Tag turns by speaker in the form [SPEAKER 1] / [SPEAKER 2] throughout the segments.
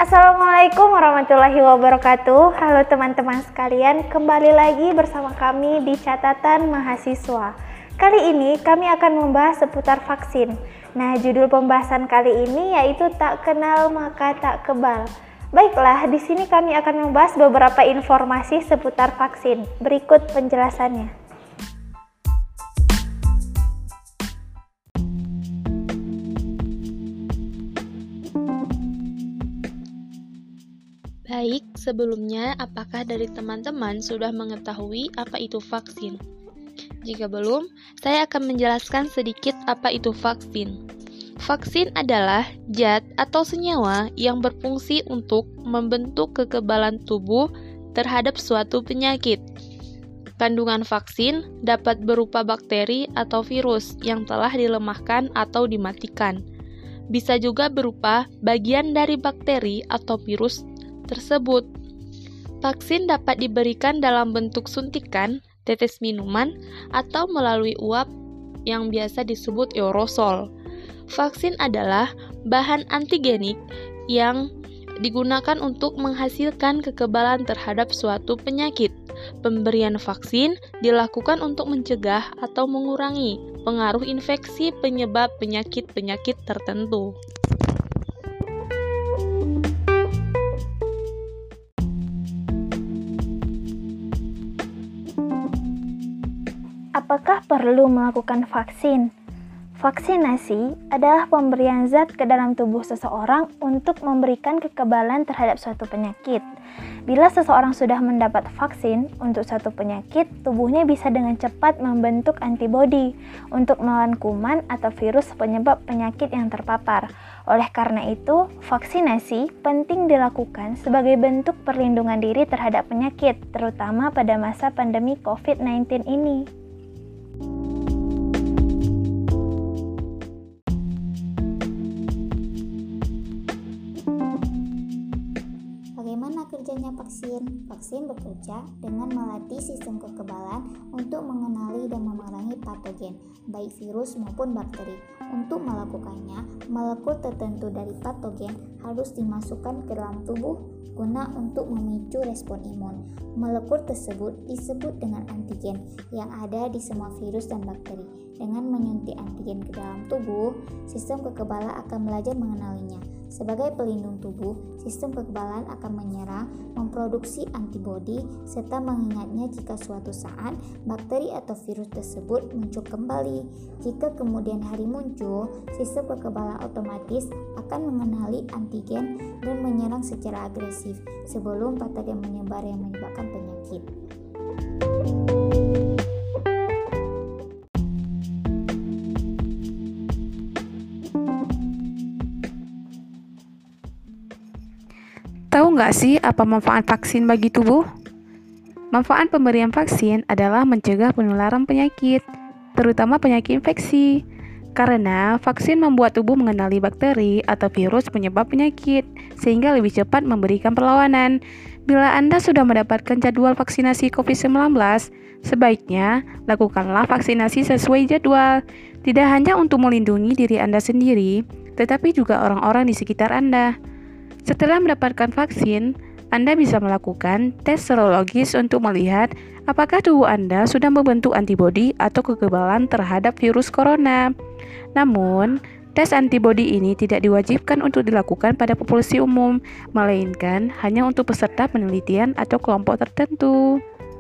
[SPEAKER 1] Assalamualaikum warahmatullahi wabarakatuh. Halo teman-teman sekalian, kembali lagi bersama kami di Catatan Mahasiswa. Kali ini kami akan membahas seputar vaksin. Nah, judul pembahasan kali ini yaitu tak kenal maka tak kebal. Baiklah, di sini kami akan membahas beberapa informasi seputar vaksin. Berikut penjelasannya.
[SPEAKER 2] Baik, sebelumnya apakah dari teman-teman sudah mengetahui apa itu vaksin? Jika belum, saya akan menjelaskan sedikit apa itu vaksin. Vaksin adalah zat atau senyawa yang berfungsi untuk membentuk kekebalan tubuh terhadap suatu penyakit. Kandungan vaksin dapat berupa bakteri atau virus yang telah dilemahkan atau dimatikan. Bisa juga berupa bagian dari bakteri atau virus tersebut. Vaksin dapat diberikan dalam bentuk suntikan, tetes minuman, atau melalui uap yang biasa disebut aerosol. Vaksin adalah bahan antigenik yang digunakan untuk menghasilkan kekebalan terhadap suatu penyakit. Pemberian vaksin dilakukan untuk mencegah atau mengurangi pengaruh infeksi penyebab penyakit-penyakit tertentu.
[SPEAKER 1] Apakah perlu melakukan vaksin? Vaksinasi adalah pemberian zat ke dalam tubuh seseorang untuk memberikan kekebalan terhadap suatu penyakit. Bila seseorang sudah mendapat vaksin untuk suatu penyakit, tubuhnya bisa dengan cepat membentuk antibodi untuk melawan kuman atau virus penyebab penyakit yang terpapar. Oleh karena itu, vaksinasi penting dilakukan sebagai bentuk perlindungan diri terhadap penyakit, terutama pada masa pandemi COVID-19 ini.
[SPEAKER 3] Bagaimana kerjanya vaksin? Vaksin bekerja dengan melatih sistem kekebalan untuk mengenali dan memerangi patogen, baik virus maupun bakteri. Untuk melakukannya, molekul tertentu dari patogen harus dimasukkan ke dalam tubuh guna untuk memicu respon imun. Molekul tersebut disebut dengan antigen yang ada di semua virus dan bakteri. Dengan menyuntik antigen ke dalam tubuh, sistem kekebalan akan belajar mengenalinya. Sebagai pelindung tubuh, sistem kekebalan akan menyerang, memproduksi antibodi, serta mengingatnya jika suatu saat bakteri atau virus tersebut muncul kembali. Jika kemudian hari muncul, sistem kekebalan otomatis akan mengenali antigen dan menyerang secara agresif sebelum patogen menyebar yang menyebabkan penyakit.
[SPEAKER 4] Tahu nggak sih apa manfaat vaksin bagi tubuh? Manfaat pemberian vaksin adalah mencegah penularan penyakit, terutama penyakit infeksi. Karena vaksin membuat tubuh mengenali bakteri atau virus penyebab penyakit, sehingga lebih cepat memberikan perlawanan. Bila Anda sudah mendapatkan jadwal vaksinasi COVID-19, sebaiknya lakukanlah vaksinasi sesuai jadwal. Tidak hanya untuk melindungi diri Anda sendiri, tetapi juga orang-orang di sekitar Anda. Setelah mendapatkan vaksin, Anda bisa melakukan tes serologis untuk melihat apakah tubuh Anda sudah membentuk antibodi atau kekebalan terhadap virus corona. Namun, tes antibodi ini tidak diwajibkan untuk dilakukan pada populasi umum, melainkan hanya untuk peserta penelitian atau kelompok tertentu.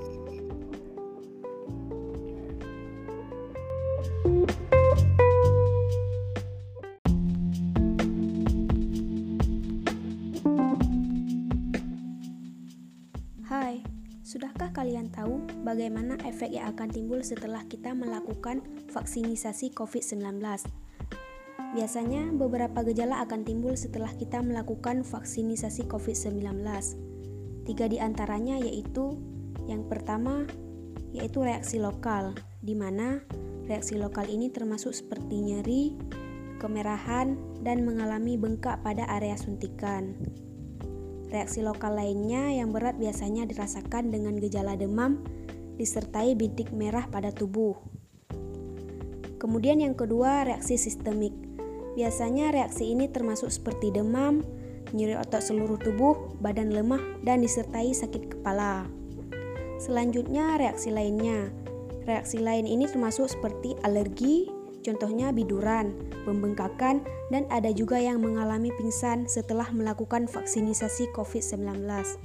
[SPEAKER 5] Hai, sudahkah kalian tahu bagaimana efek yang akan timbul setelah kita melakukan vaksinisasi COVID-19? Biasanya beberapa gejala akan timbul setelah kita melakukan vaksinisasi COVID-19. 3 di antaranya yaitu, yang pertama yaitu reaksi lokal, di mana reaksi lokal ini termasuk seperti nyeri, kemerahan, dan mengalami bengkak pada area suntikan. Reaksi lokal lainnya yang berat biasanya dirasakan dengan gejala demam disertai bintik merah pada tubuh. Kemudian yang kedua, reaksi sistemik. Biasanya reaksi ini termasuk seperti demam, nyeri otot seluruh tubuh, badan lemah, dan disertai sakit kepala. Selanjutnya, reaksi lainnya. Reaksi lain ini termasuk seperti alergi, contohnya biduran, pembengkakan, dan ada juga yang mengalami pingsan setelah melakukan vaksinisasi COVID-19.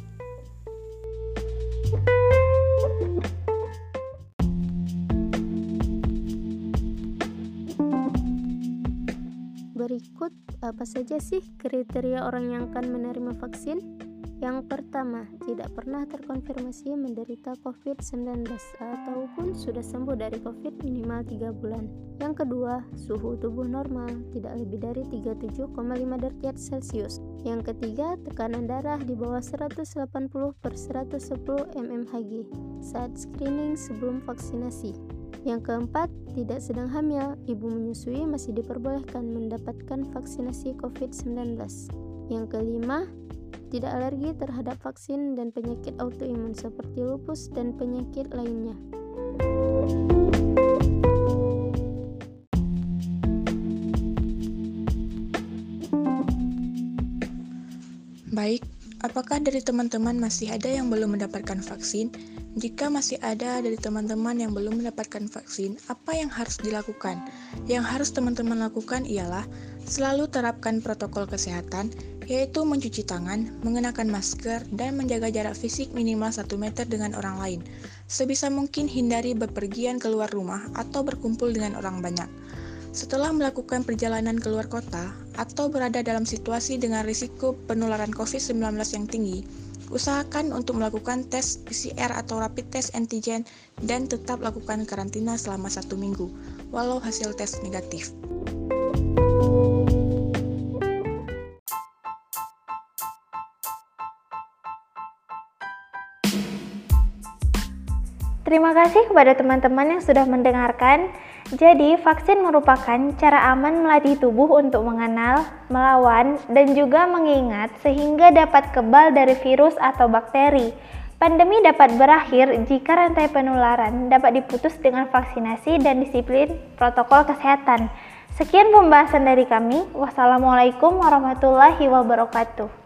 [SPEAKER 6] Berikut apa saja sih kriteria orang yang akan menerima vaksin? Yang pertama, tidak pernah terkonfirmasi menderita COVID-19 ataupun sudah sembuh dari COVID minimal 3 bulan. Yang kedua, suhu tubuh normal, tidak lebih dari 37,5 derajat Celcius. Yang ketiga, tekanan darah di bawah 180/110 mmHg saat screening sebelum vaksinasi. Yang keempat, tidak sedang hamil, ibu menyusui masih diperbolehkan mendapatkan vaksinasi COVID-19. Yang kelima, tidak alergi terhadap vaksin dan penyakit autoimun seperti lupus dan penyakit lainnya.
[SPEAKER 7] Baik, apakah dari teman-teman masih ada yang belum mendapatkan vaksin? Jika masih ada dari teman-teman yang belum mendapatkan vaksin, apa yang harus dilakukan? Yang harus teman-teman lakukan ialah selalu terapkan protokol kesehatan, yaitu mencuci tangan, mengenakan masker, dan menjaga jarak fisik minimal 1 meter dengan orang lain. Sebisa mungkin hindari bepergian keluar rumah atau berkumpul dengan orang banyak. Setelah melakukan perjalanan keluar kota atau berada dalam situasi dengan risiko penularan COVID-19 yang tinggi, usahakan untuk melakukan tes PCR atau rapid test antigen dan tetap lakukan karantina selama 1 minggu, walau hasil tes negatif.
[SPEAKER 1] Terima kasih kepada teman-teman yang sudah mendengarkan. Jadi, vaksin merupakan cara aman melatih tubuh untuk mengenal, melawan, dan juga mengingat sehingga dapat kebal dari virus atau bakteri. Pandemi dapat berakhir jika rantai penularan dapat diputus dengan vaksinasi dan disiplin protokol kesehatan. Sekian pembahasan dari kami. Wassalamualaikum warahmatullahi wabarakatuh.